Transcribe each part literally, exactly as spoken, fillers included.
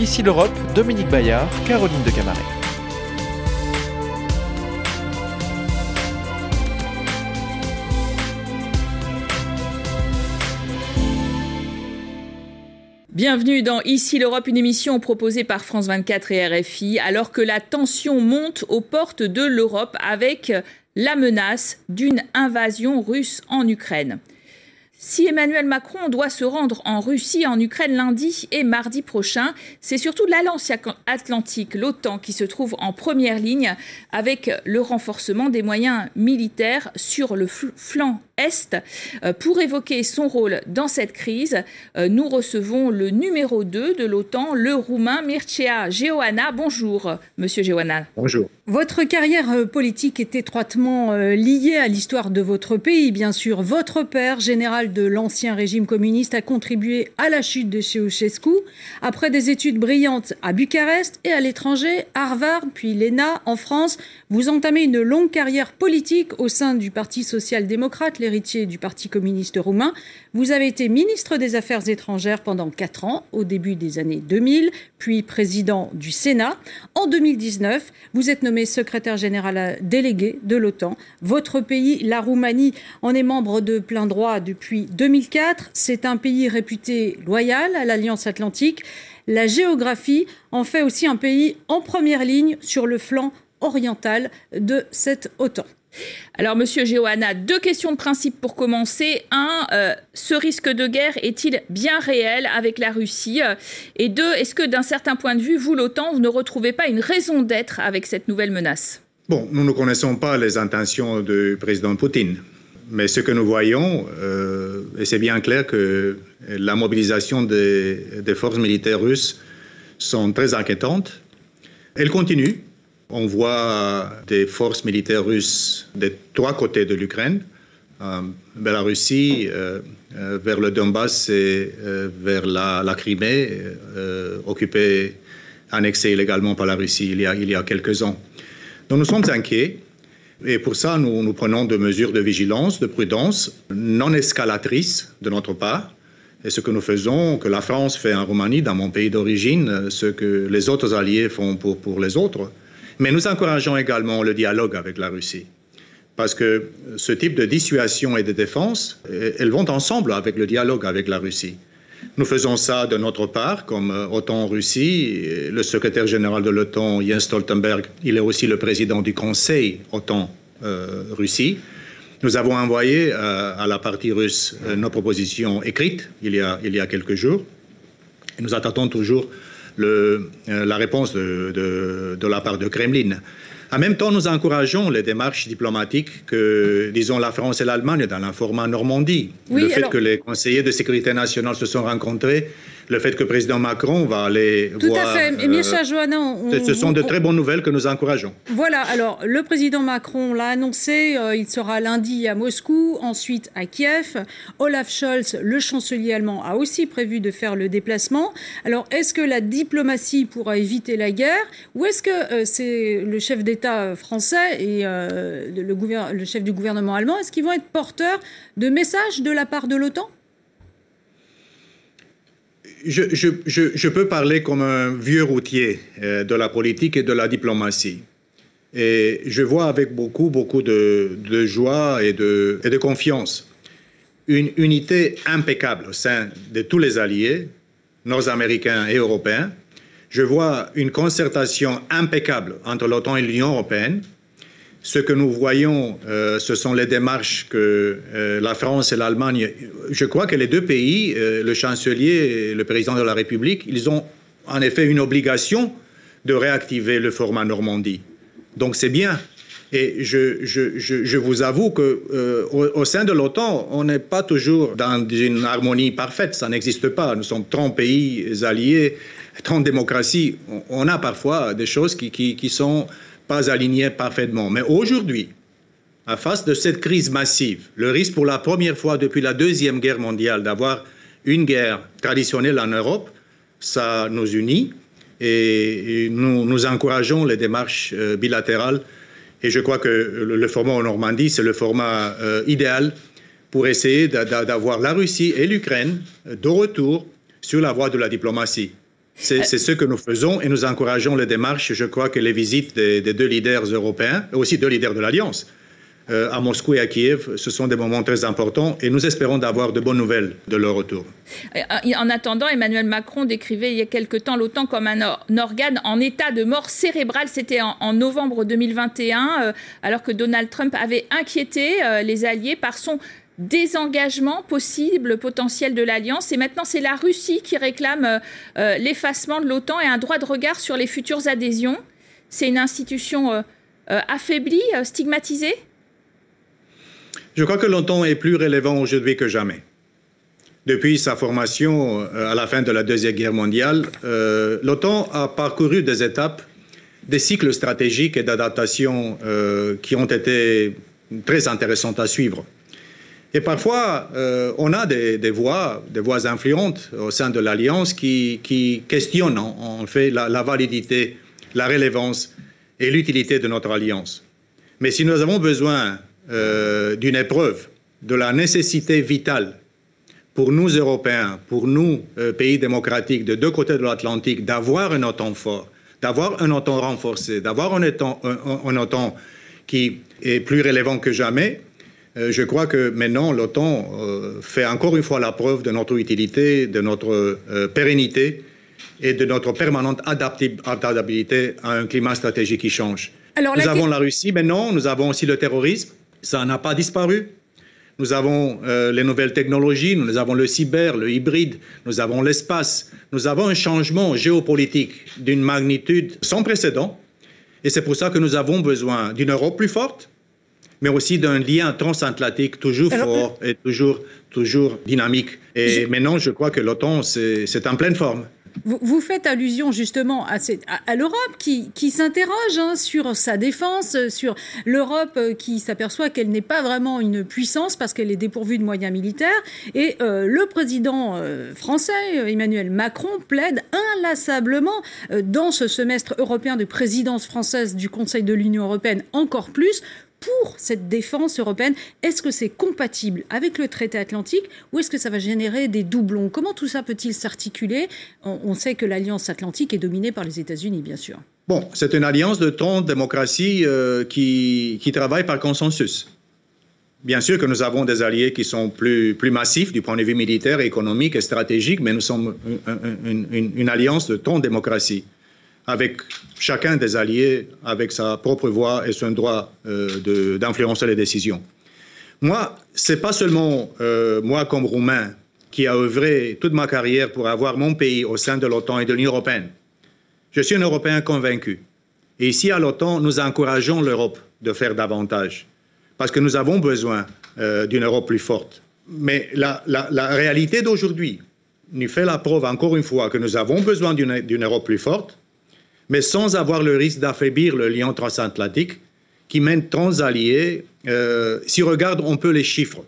Ici l'Europe, Dominique Bayard, Caroline de Camaret. Bienvenue dans Ici l'Europe, une émission proposée par France vingt-quatre et R F I, alors que la tension monte aux portes de l'Europe avec la menace d'une invasion russe en Ukraine. Si Emmanuel Macron doit se rendre en Russie, en Ukraine, lundi et mardi prochain, c'est surtout l'Alliance Atlantique, l'OTAN, qui se trouve en première ligne avec le renforcement des moyens militaires sur le flanc Est. Pour évoquer son rôle dans cette crise, nous recevons le numéro deux de l'OTAN, le Roumain Mircea Geoana. Bonjour, Monsieur Geoana. Bonjour. Votre carrière politique est étroitement liée à l'histoire de votre pays, bien sûr. Votre père, général de l'ancien régime communiste, a contribué à la chute de Ceausescu. Après des études brillantes à Bucarest et à l'étranger, Harvard, puis l'E N A en France, vous entamez une longue carrière politique au sein du Parti social-démocrate, l'héritier du Parti communiste roumain. Vous avez été ministre des Affaires étrangères pendant quatre ans, au début des années deux mille, puis président du Sénat. En deux mille dix-neuf, vous êtes nommé secrétaire général délégué de l'OTAN. Votre pays, la Roumanie, en est membre de plein droit depuis deux mille quatre. C'est un pays réputé loyal à l'Alliance Atlantique. La géographie en fait aussi un pays en première ligne sur le flanc oriental de cette OTAN. Alors, Monsieur Geoana, deux questions de principe pour commencer. Un, euh, ce risque de guerre est-il bien réel avec la Russie ? Et deux, est-ce que d'un certain point de vue, vous, l'OTAN, vous ne retrouvez pas une raison d'être avec cette nouvelle menace ? Bon, nous ne connaissons pas les intentions du président Poutine. Mais ce que nous voyons, euh, et c'est bien clair que la mobilisation des, des forces militaires russes sont très inquiétantes. Elle continue. On voit des forces militaires russes des trois côtés de l'Ukraine, euh, vers la Russie, euh, euh, vers le Donbass et euh, vers la, la Crimée, euh, occupée, annexée illégalement par la Russie il y a, il y a quelques ans. Donc nous sommes inquiets et pour ça nous, nous prenons des mesures de vigilance, de prudence, non escalatrices de notre part. Et ce que nous faisons, que la France fait en Roumanie, dans mon pays d'origine, ce que les autres alliés font pour, pour les autres. Mais nous encourageons également le dialogue avec la Russie. Parce que ce type de dissuasion et de défense, elles vont ensemble avec le dialogue avec la Russie. Nous faisons ça de notre part, comme OTAN Russie. Le secrétaire général de l'OTAN, Jens Stoltenberg, il est aussi le président du Conseil OTAN euh, Russie. Nous avons envoyé euh, à la partie russe euh, nos propositions écrites il y a, il y a quelques jours. Et nous attendons toujours Le, euh, la réponse de, de, de la part de Kremlin. En même temps, nous encourageons les démarches diplomatiques que, disons, la France et l'Allemagne dans le format Normandie. Oui, le fait alors... que les conseillers de sécurité nationale se sont rencontrés, le fait que le président Macron va aller Tout voir... Tout à fait. Et Mircea Geoana, on, ce sont de on, très bonnes nouvelles que nous encourageons. Voilà. Alors, le président Macron l'a annoncé. Euh, il sera lundi à Moscou, ensuite à Kiev. Olaf Scholz, le chancelier allemand, a aussi prévu de faire le déplacement. Alors, est-ce que la diplomatie pourra éviter la guerre ou est-ce que euh, c'est le chef d'État français et euh, le, gouver- le chef du gouvernement allemand, est-ce qu'ils vont être porteurs de messages de la part de l'OTAN ? Je, je, je, je peux parler comme un vieux routier euh, de la politique et de la diplomatie. Et je vois avec beaucoup, beaucoup de, de joie et de, et de confiance une unité impeccable au sein de tous les alliés, nord-américains et européens. Je vois une concertation impeccable entre l'OTAN et l'Union européenne. Ce que nous voyons, euh, ce sont les démarches que euh, la France et l'Allemagne... Je crois que les deux pays, euh, le chancelier et le président de la République, ils ont en effet une obligation de réactiver le format Normandie. Donc c'est bien. Et je, je, je, je vous avoue qu'au euh, au sein de l'OTAN, on n'est pas toujours dans une harmonie parfaite. Ça n'existe pas. Nous sommes trente pays alliés, trente démocraties. On a parfois des choses qui, qui, qui sont pas alignées parfaitement. Mais aujourd'hui, à face de cette crise massive, le risque pour la première fois depuis la Deuxième Guerre mondiale d'avoir une guerre traditionnelle en Europe, ça nous unit et nous, nous encourageons les démarches euh, bilatérales. Et je crois que le, le format en Normandie, c'est le format euh, idéal pour essayer d'avoir la Russie et l'Ukraine de retour sur la voie de la diplomatie. C'est ce que nous faisons et nous encourageons les démarches. Je crois que les visites des, des deux leaders européens, et aussi deux leaders de l'Alliance, euh, à Moscou et à Kiev, ce sont des moments très importants et nous espérons d'avoir de bonnes nouvelles de leur retour. En attendant, Emmanuel Macron décrivait il y a quelque temps l'OTAN comme un, or un organe en état de mort cérébrale. C'était en, en novembre deux mille vingt et un, euh, alors que Donald Trump avait inquiété euh, les alliés par son désengagement possible, potentiel de l'Alliance. Et maintenant, c'est la Russie qui réclame euh, l'effacement de l'OTAN et un droit de regard sur les futures adhésions. C'est une institution euh, euh, affaiblie, euh, stigmatisée? Je crois que l'OTAN est plus relevant aujourd'hui que jamais. Depuis sa formation euh, à la fin de la Deuxième Guerre mondiale, euh, l'OTAN a parcouru des étapes, des cycles stratégiques et d'adaptation euh, qui ont été très intéressantes à suivre. Et parfois, euh, on a des, des voix, des voix influentes au sein de l'Alliance qui, qui questionnent en, en fait la, la validité, la relevance et l'utilité de notre alliance. Mais si nous avons besoin euh, d'une épreuve de la nécessité vitale pour nous Européens, pour nous euh, pays démocratiques de deux côtés de l'Atlantique, d'avoir un OTAN fort, d'avoir un OTAN renforcé, d'avoir un OTAN, un, un OTAN qui est plus relevant que jamais, je crois que maintenant, l'OTAN euh, fait encore une fois la preuve de notre utilité, de notre euh, pérennité et de notre permanente adaptabilité à un climat stratégique qui change. Alors, nous la... avons la Russie maintenant, nous avons aussi le terrorisme, ça n'a pas disparu. Nous avons euh, les nouvelles technologies, nous avons le cyber, le hybride, nous avons l'espace. Nous avons un changement géopolitique d'une magnitude sans précédent. Et c'est pour ça que nous avons besoin d'une Europe plus forte, mais aussi d'un lien transatlantique toujours Alors, fort et toujours, toujours dynamique. Et je... maintenant, je crois que l'OTAN, c'est en pleine forme. Vous, vous faites allusion justement à, à, à l'Europe qui, qui s'interroge hein, sur sa défense, sur l'Europe qui s'aperçoit qu'elle n'est pas vraiment une puissance parce qu'elle est dépourvue de moyens militaires. Et euh, le président euh, français, Emmanuel Macron, plaide inlassablement euh, dans ce semestre européen de présidence française du Conseil de l'Union européenne encore plus, pour cette défense européenne. Est-ce que c'est compatible avec le traité atlantique ou est-ce que ça va générer des doublons? Comment tout ça peut-il s'articuler? on, on sait que l'Alliance atlantique est dominée par les États-Unis, bien sûr. Bon, c'est une alliance de trente démocraties euh, qui, qui travaille par consensus. Bien sûr que nous avons des alliés qui sont plus, plus massifs du point de vue militaire, économique et stratégique, mais nous sommes une, une, une alliance de trente démocraties, avec chacun des alliés, avec sa propre voix et son droit euh, d'influencer les décisions. Moi, ce n'est pas seulement euh, moi comme Roumain qui a œuvré toute ma carrière pour avoir mon pays au sein de l'OTAN et de l'Union européenne. Je suis un Européen convaincu. Et ici, à l'OTAN, nous encourageons l'Europe de faire davantage, parce que nous avons besoin euh, d'une Europe plus forte. Mais la, la, la réalité d'aujourd'hui nous fait la preuve, encore une fois, que nous avons besoin d'une d'une Europe plus forte, mais sans avoir le risque d'affaiblir le lien transatlantique qui mène transalliés. Euh, si on regarde un peu les chiffres,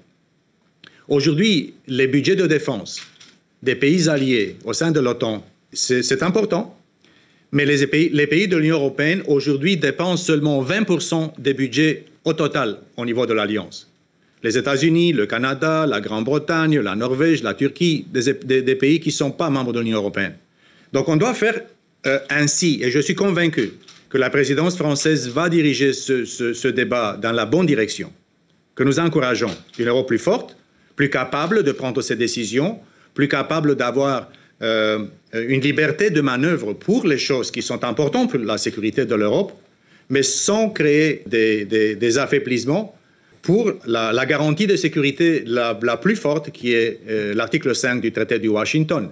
aujourd'hui, les budgets de défense des pays alliés au sein de l'OTAN, c'est important, mais les pays, les pays de l'Union européenne aujourd'hui dépensent seulement vingt pour cent des budgets au total au niveau de l'Alliance. Les États-Unis, le Canada, la Grande-Bretagne, la Norvège, la Turquie, des, des, des pays qui ne sont pas membres de l'Union européenne. Donc on doit faire Euh, ainsi, et je suis convaincu que la présidence française va diriger ce, ce, ce débat dans la bonne direction, que nous encourageons une Europe plus forte, plus capable de prendre ses décisions, plus capable d'avoir euh, une liberté de manœuvre pour les choses qui sont importantes pour la sécurité de l'Europe, mais sans créer des, des, des affaiblissements pour la, la garantie de sécurité la, la plus forte, qui est euh, l'article cinq du traité de Washington.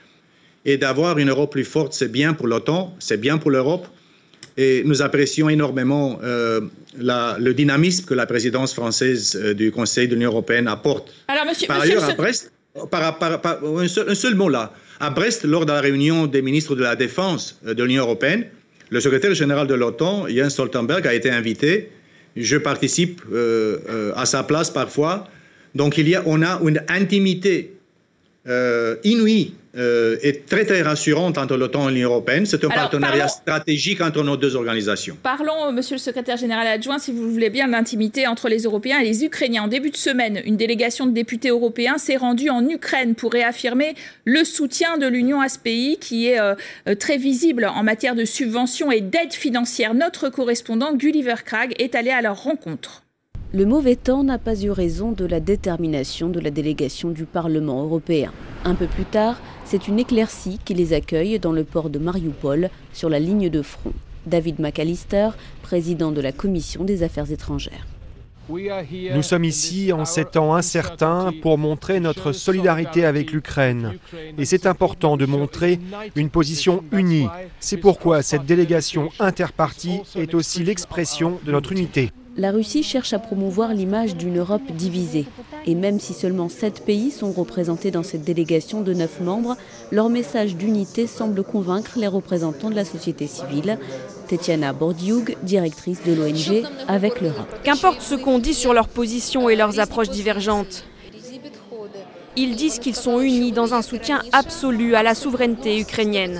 Et d'avoir une Europe plus forte, c'est bien pour l'OTAN, c'est bien pour l'Europe. Et nous apprécions énormément euh, la, le dynamisme que la présidence française euh, du Conseil de l'Union européenne apporte. Alors, monsieur, par monsieur ailleurs, à Brest, par, par, par, un, seul, un seul mot là, à Brest, lors de la réunion des ministres de la Défense de l'Union européenne, le secrétaire général de l'OTAN, Jens Stoltenberg, a été invité. Je participe euh, euh, à sa place parfois. Donc, il y a, on a une intimité euh, inouïe euh, est très très rassurante entre l'OTAN et l'Union européenne. C'est un Alors, partenariat parlons, stratégique entre nos deux organisations. Parlons, monsieur le secrétaire général adjoint, si vous voulez bien, de l'intimité entre les Européens et les Ukrainiens. En début de semaine, une délégation de députés européens s'est rendue en Ukraine pour réaffirmer le soutien de l'Union à ce pays qui est euh, très visible en matière de subventions et d'aide financière. Notre correspondant Gulliver Cragg est allé à leur rencontre. Le mauvais temps n'a pas eu raison de la détermination de la délégation du Parlement européen. Un peu plus tard, c'est une éclaircie qui les accueille dans le port de Mariupol, sur la ligne de front. David McAllister, président de la Commission des Affaires étrangères. Nous sommes ici en ces temps incertains pour montrer notre solidarité avec l'Ukraine. Et c'est important de montrer une position unie. C'est pourquoi cette délégation interpartie est aussi l'expression de notre unité. La Russie cherche à promouvoir l'image d'une Europe divisée. Et même si seulement sept pays sont représentés dans cette délégation de neuf membres, leur message d'unité semble convaincre les représentants de la société civile. Tetiana Bordiug, directrice de l'O N G Avec l'Europe. Qu'importe ce qu'on dit sur leurs positions et leurs approches divergentes, ils disent qu'ils sont unis dans un soutien absolu à la souveraineté ukrainienne.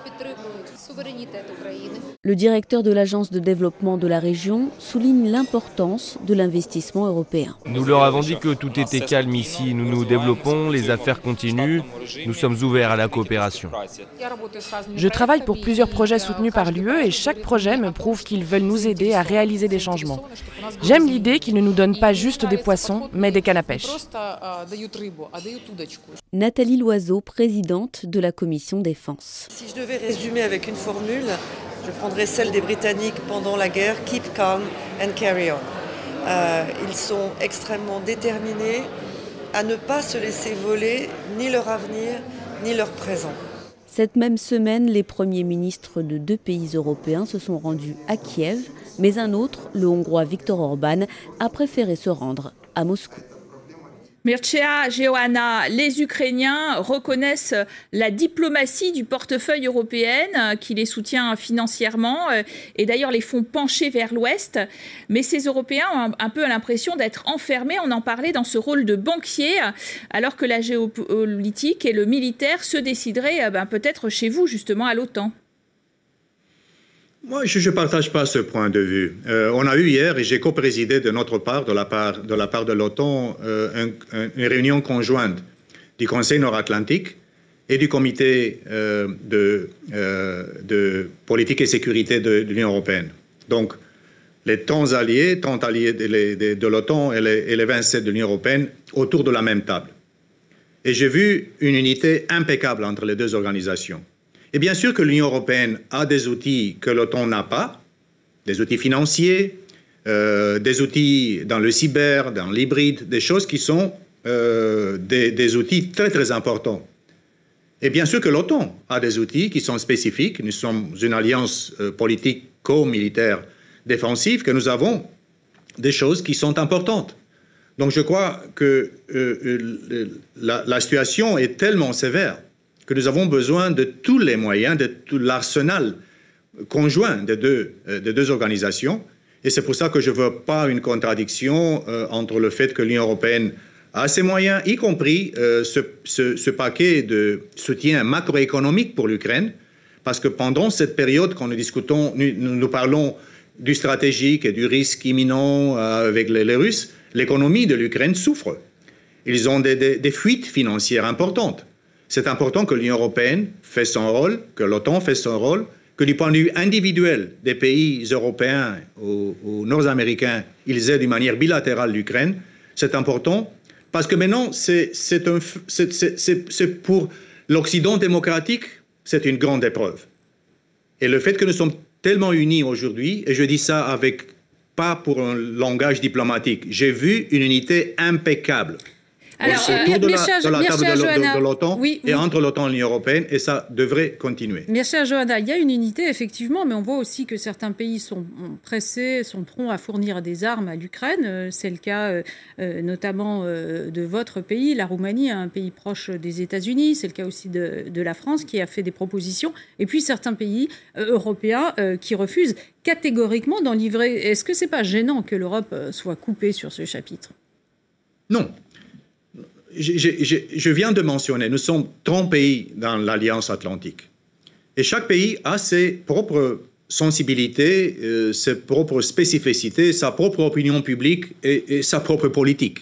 Le directeur de l'Agence de développement de la région souligne l'importance de l'investissement européen. Nous leur avons dit que tout était calme ici. Nous nous développons, les affaires continuent. Nous sommes ouverts à la coopération. Je travaille pour plusieurs projets soutenus par l'U E et chaque projet me prouve qu'ils veulent nous aider à réaliser des changements. J'aime l'idée qu'ils ne nous donnent pas juste des poissons, mais des cannes à pêche. Nathalie Loiseau, présidente de la Commission Défense. Si je devais résumer avec une formule, je prendrais celle des Britanniques pendant la guerre, keep calm and carry on. Euh, ils sont extrêmement déterminés à ne pas se laisser voler ni leur avenir, ni leur présent. Cette même semaine, les premiers ministres de deux pays européens se sont rendus à Kiev, mais un autre, le Hongrois Viktor Orban, a préféré se rendre à Moscou. Mircea Johanna, les Ukrainiens reconnaissent la diplomatie du portefeuille européen qui les soutient financièrement et d'ailleurs les font pencher vers l'Ouest. Mais ces Européens ont un peu l'impression d'être enfermés, on en parlait, dans ce rôle de banquier, alors que la géopolitique et le militaire se décideraient ben, peut-être chez vous, justement, à l'OTAN. Moi, je ne partage pas ce point de vue. Euh, on a eu hier, et j'ai co-présidé de notre part, de la part de, la part de l'OTAN, euh, un, un, une réunion conjointe du Conseil nord-atlantique et du Comité euh, de, euh, de politique et sécurité de, de l'Union européenne. Donc, les temps alliés, tant alliés de, de, de l'OTAN et les, et les vingt-sept de l'Union européenne autour de la même table. Et j'ai vu une unité impeccable entre les deux organisations. Et bien sûr que l'Union européenne a des outils que l'OTAN n'a pas, des outils financiers, euh, des outils dans le cyber, dans l'hybride, des choses qui sont euh, des, des outils très très importants. Et bien sûr que l'OTAN a des outils qui sont spécifiques. Nous sommes une alliance euh, politique co-militaire défensive, que nous avons des choses qui sont importantes. Donc je crois que euh, la, la situation est tellement sévère que nous avons besoin de tous les moyens, de tout l'arsenal conjoint des deux, euh, des deux organisations. Et c'est pour ça que je ne veux pas une contradiction euh, entre le fait que l'Union européenne a ses moyens, y compris euh, ce, ce, ce paquet de soutien macroéconomique pour l'Ukraine, parce que pendant cette période, quand nous discutons, nous, nous parlons du stratégique et du risque imminent euh, avec les, les Russes, l'économie de l'Ukraine souffre. Ils ont des, des, des fuites financières importantes. C'est important que l'Union européenne fasse son rôle, que l'OTAN fasse son rôle, que du point de vue individuel des pays européens ou, ou nord-américains, ils aident d'une manière bilatérale l'Ukraine. C'est important parce que maintenant, c'est, c'est, un, c'est, c'est, c'est, c'est pour l'Occident démocratique, c'est une grande épreuve. Et le fait que nous sommes tellement unis aujourd'hui, et je dis ça avec pas pour un langage diplomatique, j'ai vu une unité impeccable. Alors, autour de la, de la table de, de, de l'OTAN oui, et oui. entre l'OTAN et l'Union européenne, et ça devrait continuer. Mircea Johanna, il y a une unité, effectivement, mais on voit aussi que certains pays sont pressés, sont prompts à fournir des armes à l'Ukraine. C'est le cas euh, notamment euh, de votre pays, la Roumanie, un pays proche des États-Unis. C'est le cas aussi de, de la France, qui a fait des propositions. Et puis certains pays euh, européens euh, qui refusent catégoriquement d'en livrer. Est-ce que ce n'est pas gênant que l'Europe soit coupée sur ce chapitre ? Non. je, je, je viens de mentionner, nous sommes trente pays dans l'Alliance Atlantique. Et chaque pays a ses propres sensibilités, euh, ses propres spécificités, sa propre opinion publique et, et sa propre politique.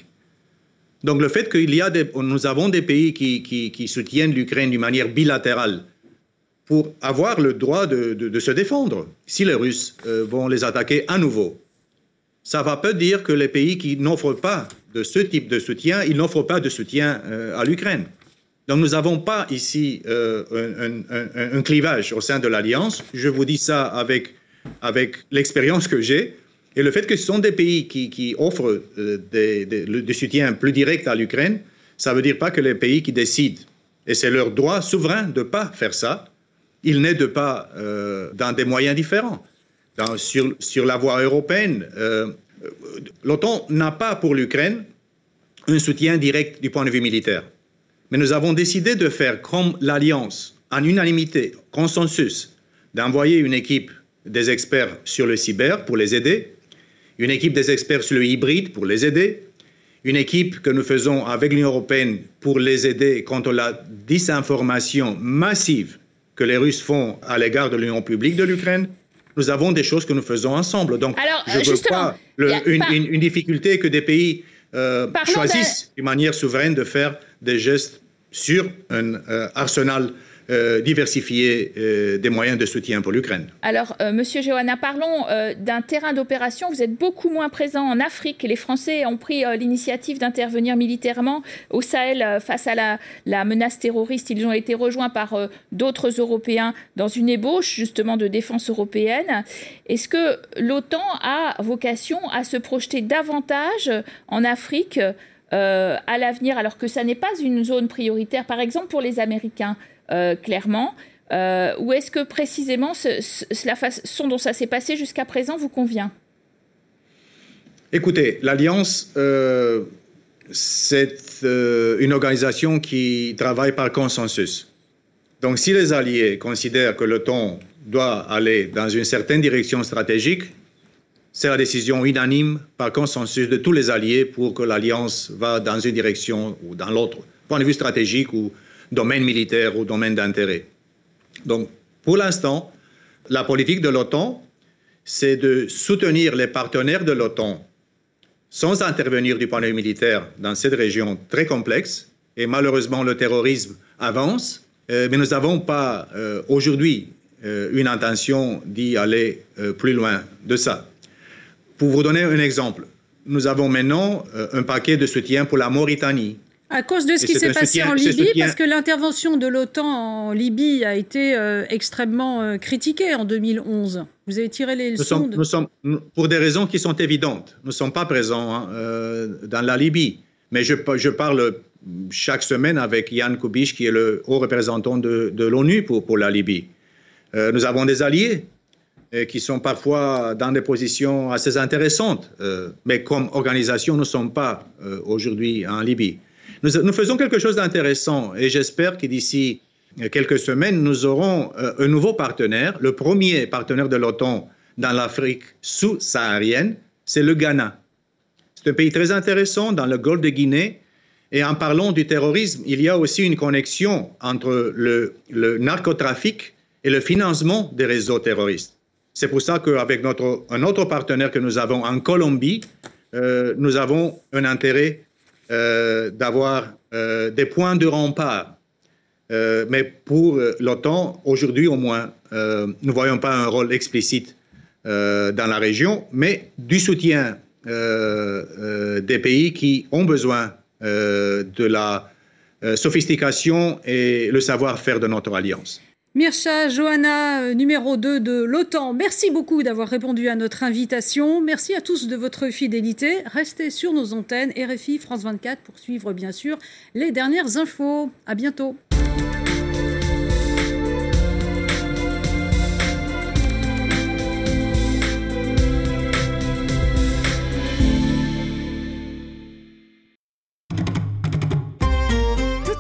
Donc le fait qu'il y a des, nous avons des pays qui, qui, qui soutiennent l'Ukraine d'une manière bilatérale pour avoir le droit de, de, de se défendre si les Russes euh, vont les attaquer à nouveau. Ça ne va pas dire que les pays qui n'offrent pas de ce type de soutien, ils n'offrent pas de soutien euh, à l'Ukraine. Donc nous n'avons pas ici euh, un, un, un clivage au sein de l'Alliance. Je vous dis ça avec, avec l'expérience que j'ai. Et le fait que ce sont des pays qui, qui offrent euh, des, des, des soutiens plus directs à l'Ukraine, ça ne veut dire pas que les pays qui décident, et c'est leur droit souverain de ne pas faire ça, ils n'aident pas euh, dans des moyens différents. Dans, sur, sur la voie européenne, euh, l'OTAN n'a pas pour l'Ukraine un soutien direct du point de vue militaire. Mais nous avons décidé de faire comme l'Alliance, en unanimité, consensus, d'envoyer une équipe des experts sur le cyber pour les aider, une équipe des experts sur le hybride pour les aider, une équipe que nous faisons avec l'Union européenne pour les aider contre la désinformation massive que les Russes font à l'égard de l'Union publique de l'Ukraine. Nous avons des choses que nous faisons ensemble. Donc, Alors, je ne veux pas le, a, une, par... une, une difficulté que des pays euh, choisissent d'une manière souveraine de faire des gestes sur un euh, arsenal euh, diversifié euh, des moyens de soutien pour l'Ukraine. Alors, euh, Monsieur Johanna, parlons euh, d'un terrain d'opération. Vous êtes beaucoup moins présent en Afrique. Les Français ont pris euh, l'initiative d'intervenir militairement au Sahel euh, face à la, la menace terroriste. Ils ont été rejoints par euh, d'autres Européens dans une ébauche, justement, de défense européenne. Est-ce que l'OTAN a vocation à se projeter davantage en Afrique Euh, à l'avenir, alors que ça n'est pas une zone prioritaire, par exemple pour les Américains, euh, clairement, euh, ou est-ce que précisément ce, ce, la façon dont ça s'est passé jusqu'à présent vous convient? Écoutez, l'Alliance, euh, c'est euh, une organisation qui travaille par consensus. Donc si les alliés considèrent que l'OTAN doit aller dans une certaine direction stratégique, c'est la décision unanime, par consensus de tous les alliés pour que l'Alliance va dans une direction ou dans l'autre, point de vue stratégique ou domaine militaire ou domaine d'intérêt. Donc, pour l'instant, la politique de l'OTAN, c'est de soutenir les partenaires de l'OTAN sans intervenir du point de vue militaire dans cette région très complexe. Et malheureusement, le terrorisme avance, euh, mais nous n'avons pas euh, aujourd'hui euh, une intention d'y aller euh, plus loin de ça. Pour vous donner un exemple, nous avons maintenant euh, un paquet de soutien pour la Mauritanie. À cause de ce qui s'est passé soutien, en Libye, soutien... parce que l'intervention de l'OTAN en Libye a été euh, extrêmement euh, critiquée en deux mille onze. Vous avez tiré les leçons nous sommes, de... nous sommes, nous, pour des raisons qui sont évidentes. Nous ne sommes pas présents hein, euh, dans la Libye. Mais je, je parle chaque semaine avec Jan Kubiš, qui est le haut représentant de, de l'ONU pour, pour la Libye. Euh, nous avons des alliés qui sont parfois dans des positions assez intéressantes. Euh, mais comme organisation, nous ne sommes pas euh, aujourd'hui en Libye. Nous, nous faisons quelque chose d'intéressant et j'espère que d'ici quelques semaines, nous aurons euh, un nouveau partenaire. Le premier partenaire de l'OTAN dans l'Afrique sous-saharienne, c'est le Ghana. C'est un pays très intéressant dans le golfe de Guinée. Et en parlant du terrorisme, il y a aussi une connexion entre le, le narcotrafic et le financement des réseaux terroristes. C'est pour ça qu'avec notre, un autre partenaire que nous avons en Colombie, euh, nous avons un intérêt euh, d'avoir euh, des points de rempart. Euh, mais pour euh, l'OTAN, aujourd'hui au moins, euh, nous ne voyons pas un rôle explicite euh, dans la région, mais du soutien euh, euh, des pays qui ont besoin euh, de la euh, sophistication et le savoir-faire de notre alliance. Mircea Johanna, numéro deux de l'OTAN, merci beaucoup d'avoir répondu à notre invitation. Merci à tous de votre fidélité. Restez sur nos antennes R F I, France vingt-quatre, pour suivre bien sûr les dernières infos. À bientôt.